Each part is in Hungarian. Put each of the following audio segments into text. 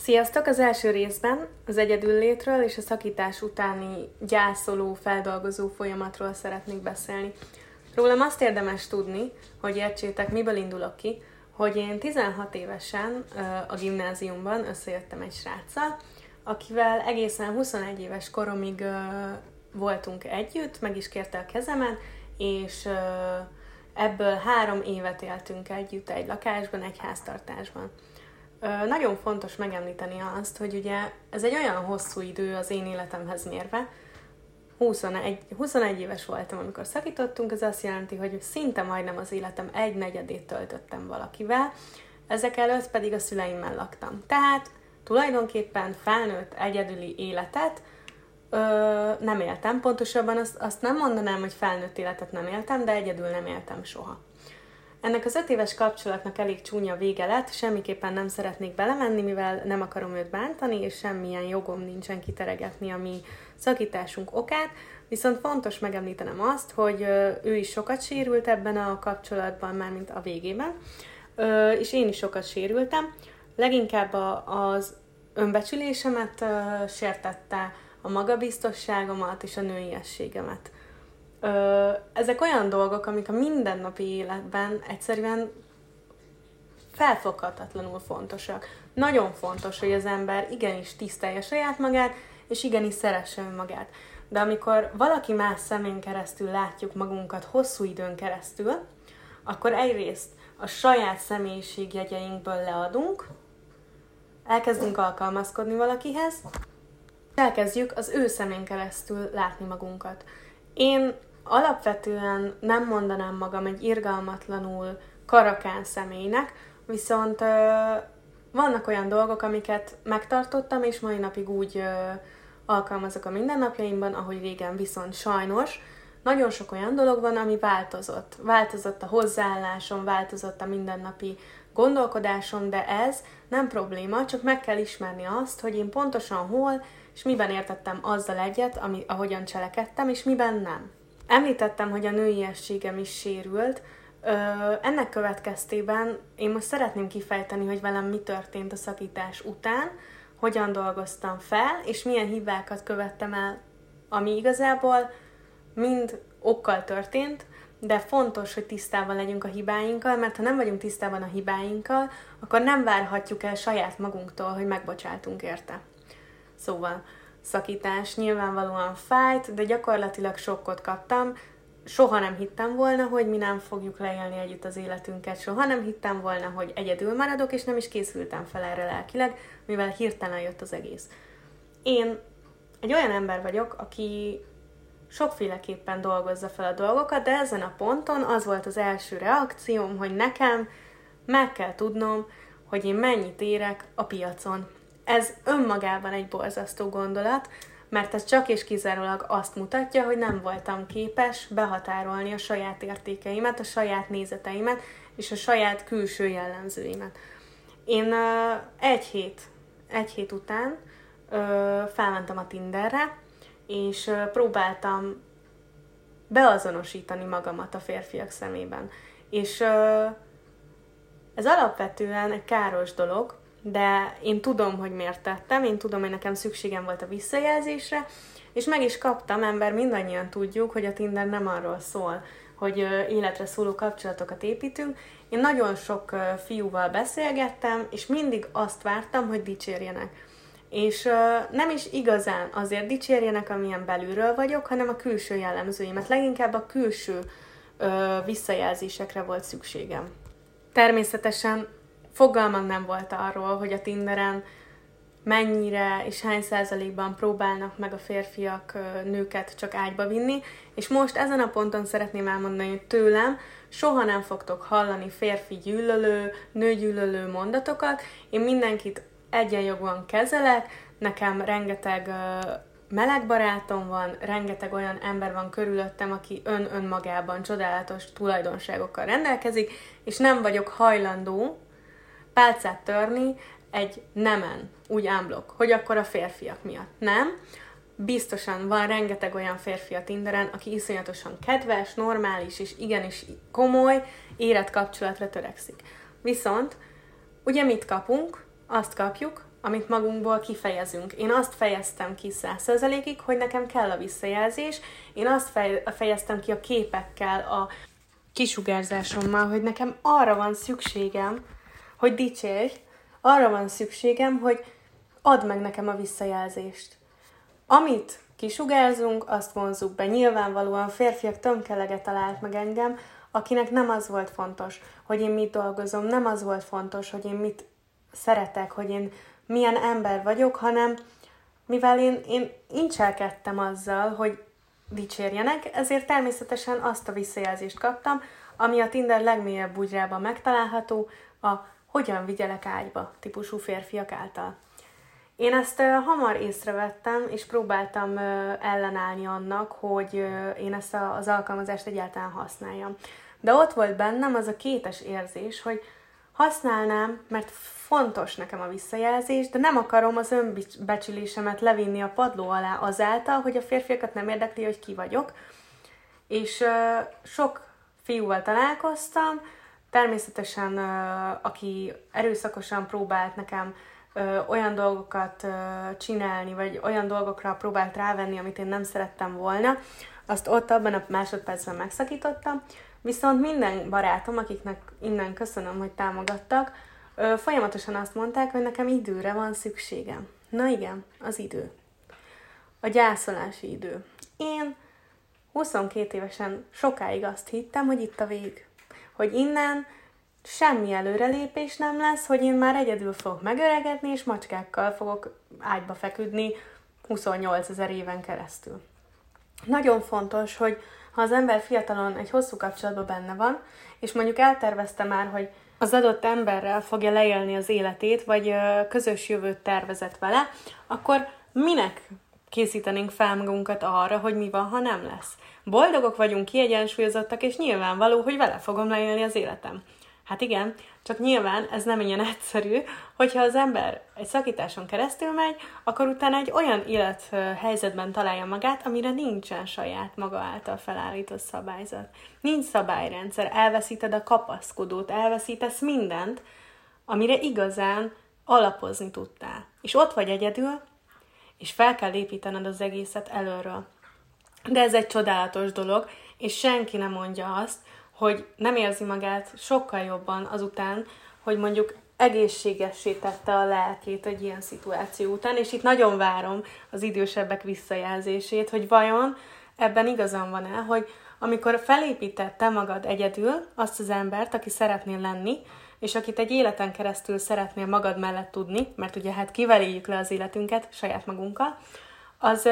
Sziasztok! Az első részben az egyedüllétről és a szakítás utáni gyászoló, feldolgozó folyamatról szeretnék beszélni. Rólam azt érdemes tudni, hogy értsétek, miből indulok ki, hogy én 16 évesen a gimnáziumban összejöttem egy sráccal, akivel egészen 21 éves koromig voltunk együtt, meg is kérte a kezemet, és ebből 3 évet éltünk együtt egy lakásban, egy háztartásban. Nagyon fontos megemlíteni azt, hogy ugye ez egy olyan hosszú idő az én életemhez mérve. 21 éves voltam, amikor szakítottunk, ez azt jelenti, hogy szinte majdnem az életem 1/4-ét töltöttem valakivel, ezek előtt pedig a szüleimmel laktam. Tehát tulajdonképpen felnőtt egyedüli életet nem éltem, pontosabban azt nem mondanám, hogy felnőtt életet nem éltem, de egyedül nem éltem soha. Ennek az 5 éves kapcsolatnak elég csúnya vége lett, semmiképpen nem szeretnék belemenni, mivel nem akarom őt bántani, és semmilyen jogom nincsen kiteregetni a mi szakításunk okát, viszont fontos megemlítenem azt, hogy ő is sokat sérült ebben a kapcsolatban, mármint a végében, és én is sokat sérültem. Leginkább az önbecsülésemet sértette, a magabiztosságomat és a nőiességemet. Ezek olyan dolgok, amik a mindennapi életben egyszerűen felfoghatatlanul fontosak. Nagyon fontos, hogy az ember igenis tisztelje saját magát, és igenis szeresse önmagát. De amikor valaki más szemén keresztül látjuk magunkat hosszú időn keresztül, akkor egyrészt a saját személyiségjegyeinkből leadunk, elkezdünk alkalmazkodni valakihez, és elkezdjük az ő szemén keresztül látni magunkat. Én alapvetően nem mondanám magam egy irgalmatlanul karakán személynek, viszont vannak olyan dolgok, amiket megtartottam, és mai napig úgy alkalmazok a mindennapjaimban, ahogy régen, viszont sajnos nagyon sok olyan dolog van, ami változott. Változott a hozzáállásom, változott a mindennapi gondolkodásom, de ez nem probléma, csak meg kell ismerni azt, hogy én pontosan hol és miben értettem azzal egyet, ahogyan cselekedtem, és miben nem. Említettem, hogy a nőiességem is sérült. Ennek következtében én most szeretném kifejteni, hogy velem mi történt a szakítás után, hogyan dolgoztam fel, és milyen hibákat követtem el, ami igazából mind okkal történt, de fontos, hogy tisztában legyünk a hibáinkkal, mert ha nem vagyunk tisztában a hibáinkkal, akkor nem várhatjuk el saját magunktól, hogy megbocsátunk érte. Szóval, szakítás nyilvánvalóan fájt, de gyakorlatilag sokkot kaptam. Soha nem hittem volna, hogy mi nem fogjuk leélni együtt az életünket. Soha nem hittem volna, hogy egyedül maradok, és nem is készültem fel erre lelkileg, mivel hirtelen jött az egész. Én egy olyan ember vagyok, aki sokféleképpen dolgozza fel a dolgokat, de ezen a ponton az volt az első reakcióm, hogy nekem meg kell tudnom, hogy én mennyit érek a piacon. Ez önmagában egy borzasztó gondolat, mert ez csak és kizárólag azt mutatja, hogy nem voltam képes behatárolni a saját értékeimet, a saját nézeteimet és a saját külső jellemzőimet. Én egy hét után felmentem a Tinderre, és próbáltam beazonosítani magamat a férfiak szemében. És ez alapvetően egy káros dolog, de én tudom, hogy miért tettem, én tudom, hogy nekem szükségem volt a visszajelzésre, és meg is kaptam, ember mindannyian tudjuk, hogy a Tinder nem arról szól, hogy életre szóló kapcsolatokat építünk. Én nagyon sok fiúval beszélgettem, és mindig azt vártam, hogy dicsérjenek. És nem is igazán azért dicsérjenek, amilyen belülről vagyok, hanem a külső jellemzőimet. Leginkább a külső visszajelzésekre volt szükségem. Természetesen fogalmam nem volt arról, hogy a Tinderen mennyire és hány százalékban próbálnak meg a férfiak nőket csak ágyba vinni, és most ezen a ponton szeretném elmondani, hogy tőlem soha nem fogtok hallani férfi gyűlölő, nőgyűlölő mondatokat. Én mindenkit egyenjogúan kezelek, nekem rengeteg meleg barátom van, rengeteg olyan ember van körülöttem, aki önmagában csodálatos tulajdonságokkal rendelkezik, és nem vagyok hajlandó pálcát törni egy nemen, úgy unblock, hogy akkor a férfiak miatt. Nem. Biztosan van rengeteg olyan férfi a Tinderen, aki iszonyatosan kedves, normális és igenis komoly, érett kapcsolatra törekszik. Viszont, ugye mit kapunk? Azt kapjuk, amit magunkból kifejezünk. Én azt fejeztem ki 100%-ig, hogy nekem kell a visszajelzés, én azt fejeztem ki a képekkel, a kisugárzásommal, hogy nekem arra van szükségem, hogy dicsérj, arra van szükségem, hogy add meg nekem a visszajelzést. Amit kisugárzunk, azt vonzzuk be. Nyilvánvalóan férfiak tömkelege talált meg engem, akinek nem az volt fontos, hogy én mit dolgozom, nem az volt fontos, hogy én mit szeretek, hogy én milyen ember vagyok, hanem mivel én incselkedtem azzal, hogy dicsérjenek, ezért természetesen azt a visszajelzést kaptam, ami a Tinder legmélyebb bugyrában megtalálható, a hogyan vigyelek ágyba típusú férfiak által. Én ezt hamar észrevettem, és próbáltam ellenállni annak, hogy én ezt az alkalmazást egyáltalán használjam. De ott volt bennem az a kétes érzés, hogy használnám, mert fontos nekem a visszajelzés, de nem akarom az önbecsülésemet levinni a padló alá azáltal, hogy a férfiakat nem érdekli, hogy ki vagyok. És sok fiúval találkoztam, természetesen aki erőszakosan próbált nekem olyan dolgokat csinálni, vagy olyan dolgokra próbált rávenni, amit én nem szerettem volna, azt ott abban a másodpercben megszakítottam. Viszont minden barátom, akiknek innen köszönöm, hogy támogattak, folyamatosan azt mondták, hogy nekem időre van szükségem. Na igen, az idő. A gyászolási idő. Én 22 évesen sokáig azt hittem, hogy itt a vég. Hogy innen semmi előrelépés nem lesz, hogy én már egyedül fogok megöregedni, és macskákkal fogok ágyba feküdni 28 000 éven keresztül. Nagyon fontos, hogy ha az ember fiatalon egy hosszú kapcsolatban benne van, és mondjuk eltervezte már, hogy az adott emberrel fogja leélni az életét, vagy közös jövőt tervezett vele, akkor minek készítenénk fel magunkat arra, hogy mi van, ha nem lesz? Boldogok vagyunk, kiegyensúlyozottak, és nyilvánvaló, hogy vele fogom leélni az életem. Hát igen, csak nyilván ez nem ilyen egyszerű, hogyha az ember egy szakításon keresztül megy, akkor utána egy olyan élethelyzetben találja magát, amire nincsen saját maga által felállított szabályzat. Nincs szabályrendszer, elveszíted a kapaszkodót, elveszítesz mindent, amire igazán alapozni tudtál. És ott vagy egyedül, és fel kell építened az egészet előről. De ez egy csodálatos dolog, és senki nem mondja azt, hogy nem érzi magát sokkal jobban azután, hogy mondjuk egészségessé tette a lelkét egy ilyen szituáció után, és itt nagyon várom az idősebbek visszajelzését, hogy vajon ebben igazam van-e, hogy amikor felépítette magad egyedül azt az embert, aki szeretnél lenni, és akit egy életen keresztül szeretnél magad mellett tudni, mert ugye hát kivel éljük le az életünket, saját magunkkal, az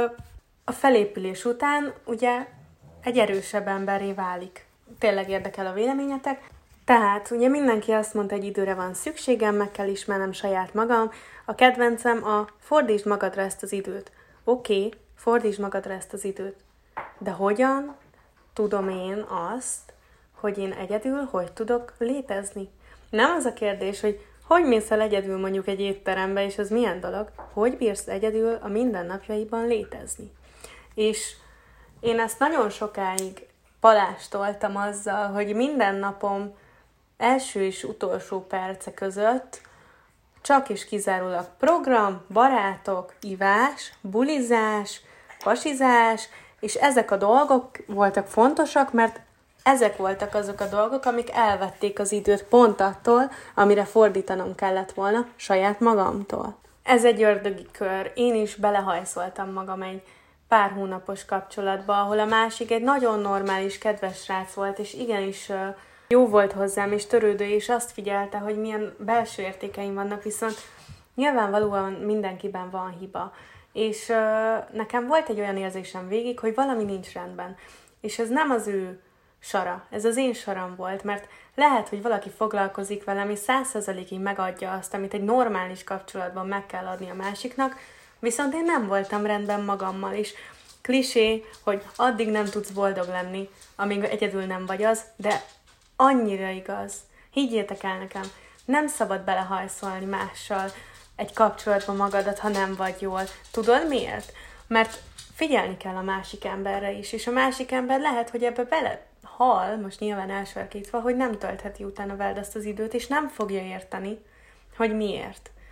a felépülés után ugye egy erősebb emberré válik. Tényleg érdekel a véleményetek. Tehát ugye mindenki azt mondta, hogy időre van szükségem, meg kell ismernem saját magam. A kedvencem a fordítsd magadra ezt az időt. Oké, fordítsd magadra ezt az időt. De hogyan tudom én azt, hogy én egyedül hogy tudok létezni? Nem az a kérdés, hogy mész el egyedül mondjuk egy étterembe, és az milyen dolog? Hogy bírsz egyedül a mindennapjaiban létezni? És én ezt nagyon sokáig palástoltam azzal, hogy minden napom első és utolsó perce között csak és kizárólag program, barátok, ivás, bulizás, pasizás, és ezek a dolgok voltak fontosak, mert ezek voltak azok a dolgok, amik elvették az időt pont attól, amire fordítanom kellett volna saját magamtól. Ez egy ördögi kör. Én is belehajszoltam magam egy pár hónapos kapcsolatba, ahol a másik egy nagyon normális, kedves srác volt, és igenis jó volt hozzám, és törődő, és azt figyelte, hogy milyen belső értékeim vannak, viszont nyilvánvalóan mindenkiben van hiba. És nekem volt egy olyan érzésem végig, hogy valami nincs rendben. És ez nem az ő sara, ez az én saram volt, mert lehet, hogy valaki foglalkozik velem, és 100%-ig megadja azt, amit egy normális kapcsolatban meg kell adni a másiknak, viszont én nem voltam rendben magammal is. Klisé, hogy addig nem tudsz boldog lenni, amíg egyedül nem vagy az, de annyira igaz. Higgyétek el nekem, nem szabad belehajszolni mással egy kapcsolatba magadat, ha nem vagy jól. Tudod miért? Mert figyelni kell a másik emberre is, és a másik ember lehet, hogy ebbe belehal, most nyilván elsarkítva, hogy nem töltheti utána veled azt az időt, és nem fogja érteni, hogy miért.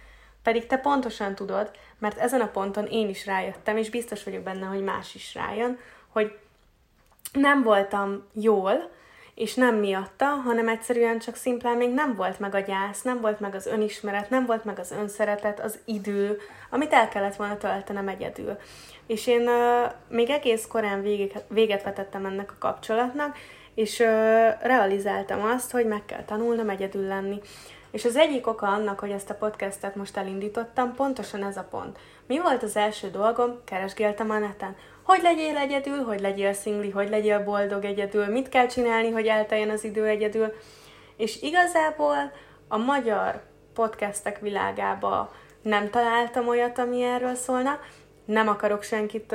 Pedig te pontosan tudod, mert ezen a ponton én is rájöttem, és biztos vagyok benne, hogy más is rájön, hogy nem voltam jól, és nem miatta, hanem egyszerűen csak szimplán még nem volt meg a gyász, nem volt meg az önismeret, nem volt meg az önszeretet, az idő, amit el kellett volna töltenem egyedül. És én még egész korán véget vetettem ennek a kapcsolatnak, és realizáltam azt, hogy meg kell tanulnom egyedül lenni. És az egyik oka annak, hogy ezt a podcastet most elindítottam, pontosan ez a pont. Mi volt az első dolgom? Keresgéltem a neten. Hogy legyél egyedül, hogy legyél szingli, hogy legyél boldog egyedül, mit kell csinálni, hogy elteljen az idő egyedül. És igazából a magyar podcastek világába nem találtam olyat, ami erről szólna. Nem akarok senkit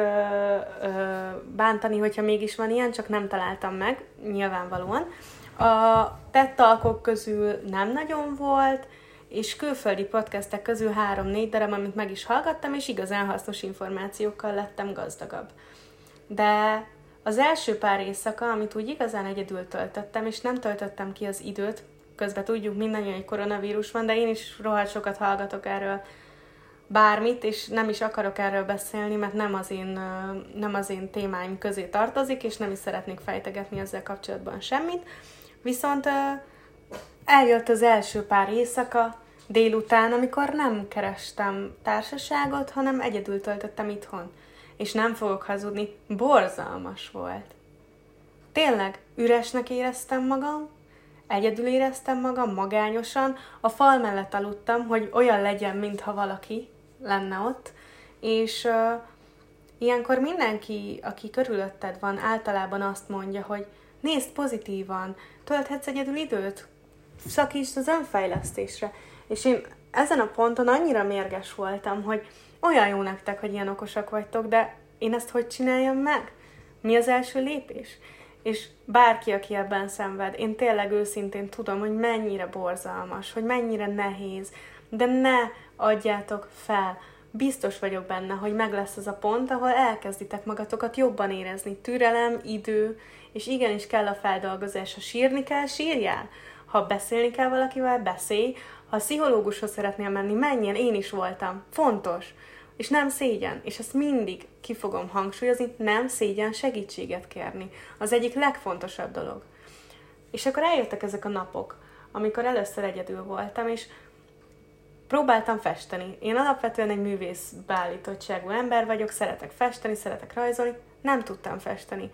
bántani, hogyha mégis van ilyen, csak nem találtam meg, nyilvánvalóan. A TED-talkok közül nem nagyon volt, és külföldi podcastek közül 3-4 darab, amit meg is hallgattam, és igazán hasznos információkkal lettem gazdagabb. De az első pár éjszaka, amit úgy igazán egyedül töltöttem, és nem töltöttem ki az időt, közben tudjuk mindannyian, hogy koronavírus van, de én is rohadt sokat hallgatok erről bármit, és nem is akarok erről beszélni, mert nem az én témáim közé tartozik, és nem is szeretnék fejtegetni ezzel kapcsolatban semmit. Viszont eljött az első pár éjszaka, délután, amikor nem kerestem társaságot, hanem egyedül töltöttem itthon. És nem fogok hazudni, borzalmas volt. Tényleg, üresnek éreztem magam, egyedül éreztem magam, magányosan, a fal mellett aludtam, hogy olyan legyen, mintha valaki lenne ott, és ilyenkor mindenki, aki körülötted van, általában azt mondja, hogy nézd pozitívan, tölthetsz egyedül időt, szakítsd az önfejlesztésre. És én ezen a ponton annyira mérges voltam, hogy olyan jó nektek, hogy ilyen okosak vagytok, de én ezt hogy csináljam meg? Mi az első lépés? És bárki, aki ebben szenved, én tényleg őszintén tudom, hogy mennyire borzalmas, hogy mennyire nehéz, de ne adjátok fel. Biztos vagyok benne, hogy meg lesz az a pont, ahol elkezditek magatokat jobban érezni. Türelem, idő, és igenis kell a feldolgozás. Ha sírni kell, sírjál. Ha beszélni kell valakivel, beszélj. Ha pszichológushoz szeretnél menni, menjen, én is voltam. Fontos. És nem szégyen. És ezt mindig ki fogom hangsúlyozni, nem szégyen segítséget kérni. Az egyik legfontosabb dolog. És akkor eljöttek ezek a napok, amikor először egyedül voltam, és próbáltam festeni. Én alapvetően egy művész beállítottságú ember vagyok, szeretek festeni, szeretek rajzolni, nem tudtam festeni.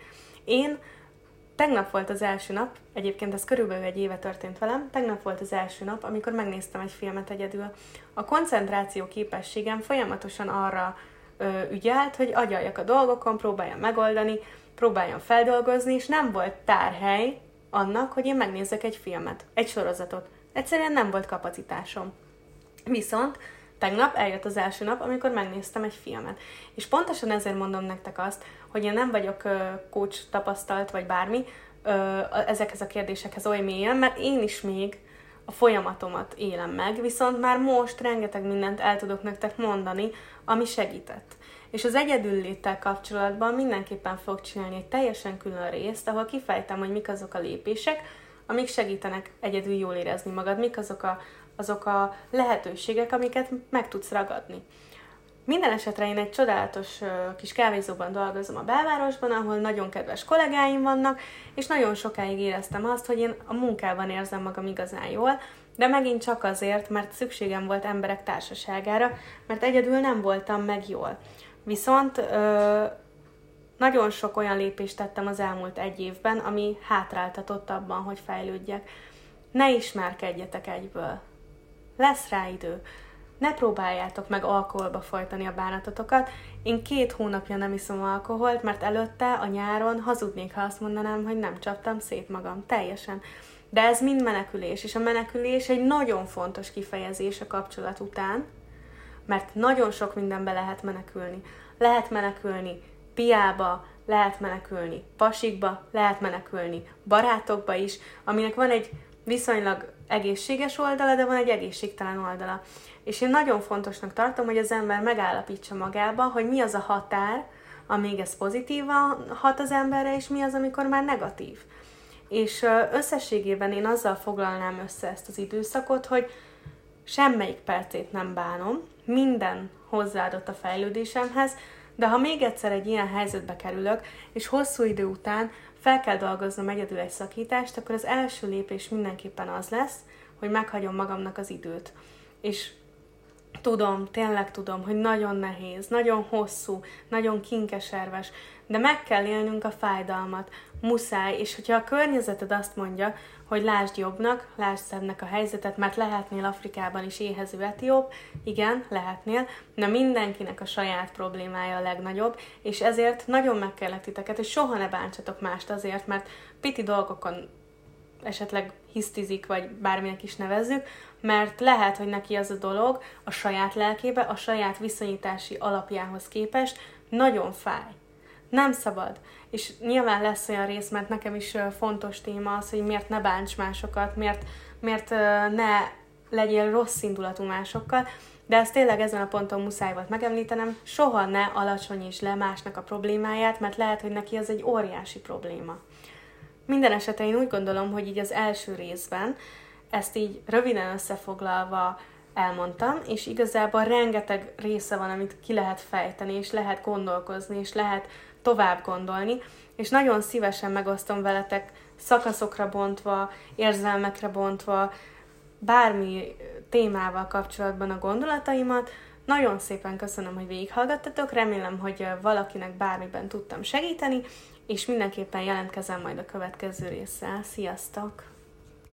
Tegnap volt az első nap, egyébként ez körülbelül egy éve történt velem, tegnap volt az első nap, amikor megnéztem egy filmet egyedül. A koncentráció képességem folyamatosan arra ügyelt, hogy agyaljak a dolgokon, próbáljam megoldani, próbáljam feldolgozni, és nem volt tárhely annak, hogy én megnézzek egy filmet, egy sorozatot. Egyszerűen nem volt kapacitásom. Viszont tegnap eljött az első nap, amikor megnéztem egy filmet. És pontosan ezért mondom nektek azt, hogy én nem vagyok coach tapasztalt, vagy bármi ezekhez a kérdésekhez oly mélyen, mert én is még a folyamatomat élem meg, viszont már most rengeteg mindent el tudok nektek mondani, ami segített. És az egyedülléttel kapcsolatban mindenképpen fogok csinálni egy teljesen külön részt, ahol kifejtem, hogy mik azok a lépések, amik segítenek egyedül jól érezni magad, mik azok a lehetőségek, amiket meg tudsz ragadni. Minden esetre én egy csodálatos kis kávézóban dolgozom a belvárosban, ahol nagyon kedves kollégáim vannak, és nagyon sokáig éreztem azt, hogy én a munkában érzem magam igazán jól, de megint csak azért, mert szükségem volt emberek társaságára, mert egyedül nem voltam meg jól. Viszont nagyon sok olyan lépést tettem az elmúlt egy évben, ami hátráltatott abban, hogy fejlődjek. Ne ismerkedjetek egyből. Lesz rá idő. Ne próbáljátok meg alkoholba folytani a bánatotokat. Én 2 hónapja nem iszom alkoholt, mert előtte a nyáron hazudnék, ha azt mondanám, hogy nem csaptam szét magam. Teljesen. De ez mind menekülés, és a menekülés egy nagyon fontos kifejezés a kapcsolat után, mert nagyon sok mindenbe lehet menekülni. Lehet menekülni piába, lehet menekülni pasikba, lehet menekülni barátokba is, aminek van egy viszonylag egészséges oldala, de van egy egészségtelen oldala. És én nagyon fontosnak tartom, hogy az ember megállapítsa magába, hogy mi az a határ, amíg ez pozitívan hat az emberre, és mi az, amikor már negatív. És összességében én azzal foglalnám össze ezt az időszakot, hogy semmelyik percét nem bánom, minden hozzáadott a fejlődésemhez, de ha még egyszer egy ilyen helyzetbe kerülök, és hosszú idő után fel kell dolgoznom egyedül egy szakítást, akkor az első lépés mindenképpen az lesz, hogy meghagyom magamnak az időt. És tényleg tudom, hogy nagyon nehéz, nagyon hosszú, nagyon kinkeserves, de meg kell élnünk a fájdalmat, muszáj, és hogyha a környezeted azt mondja, hogy lásd jobbnak, lásd szebbnek a helyzetet, mert lehetnél Afrikában is éhező etióp, igen, lehetnél, de mindenkinek a saját problémája a legnagyobb, és ezért nagyon megkérlek titeket, hogy soha ne bántsatok mást azért, mert piti dolgokon esetleg hisztizik, vagy bárminek is nevezzük, mert lehet, hogy neki az a dolog a saját lelkébe, a saját viszonyítási alapjához képest nagyon fáj. Nem szabad. És nyilván lesz olyan rész, mert nekem is fontos téma az, hogy miért ne bánts másokat, miért ne legyél rossz indulatú másokkal, de ezt tényleg ezen a ponton muszáj volt megemlítenem, soha ne alacsonyítsd le másnak a problémáját, mert lehet, hogy neki az egy óriási probléma. Minden esetre én úgy gondolom, hogy így az első részben ezt így röviden összefoglalva elmondtam, és igazából rengeteg része van, amit ki lehet fejteni, és lehet gondolkozni, és lehet tovább gondolni, és nagyon szívesen megosztom veletek szakaszokra bontva, érzelmekre bontva, bármi témával kapcsolatban a gondolataimat. Nagyon szépen köszönöm, hogy végighallgattatok, remélem, hogy valakinek bármiben tudtam segíteni, és mindenképpen jelentkezem majd a következő résszel. Sziasztok!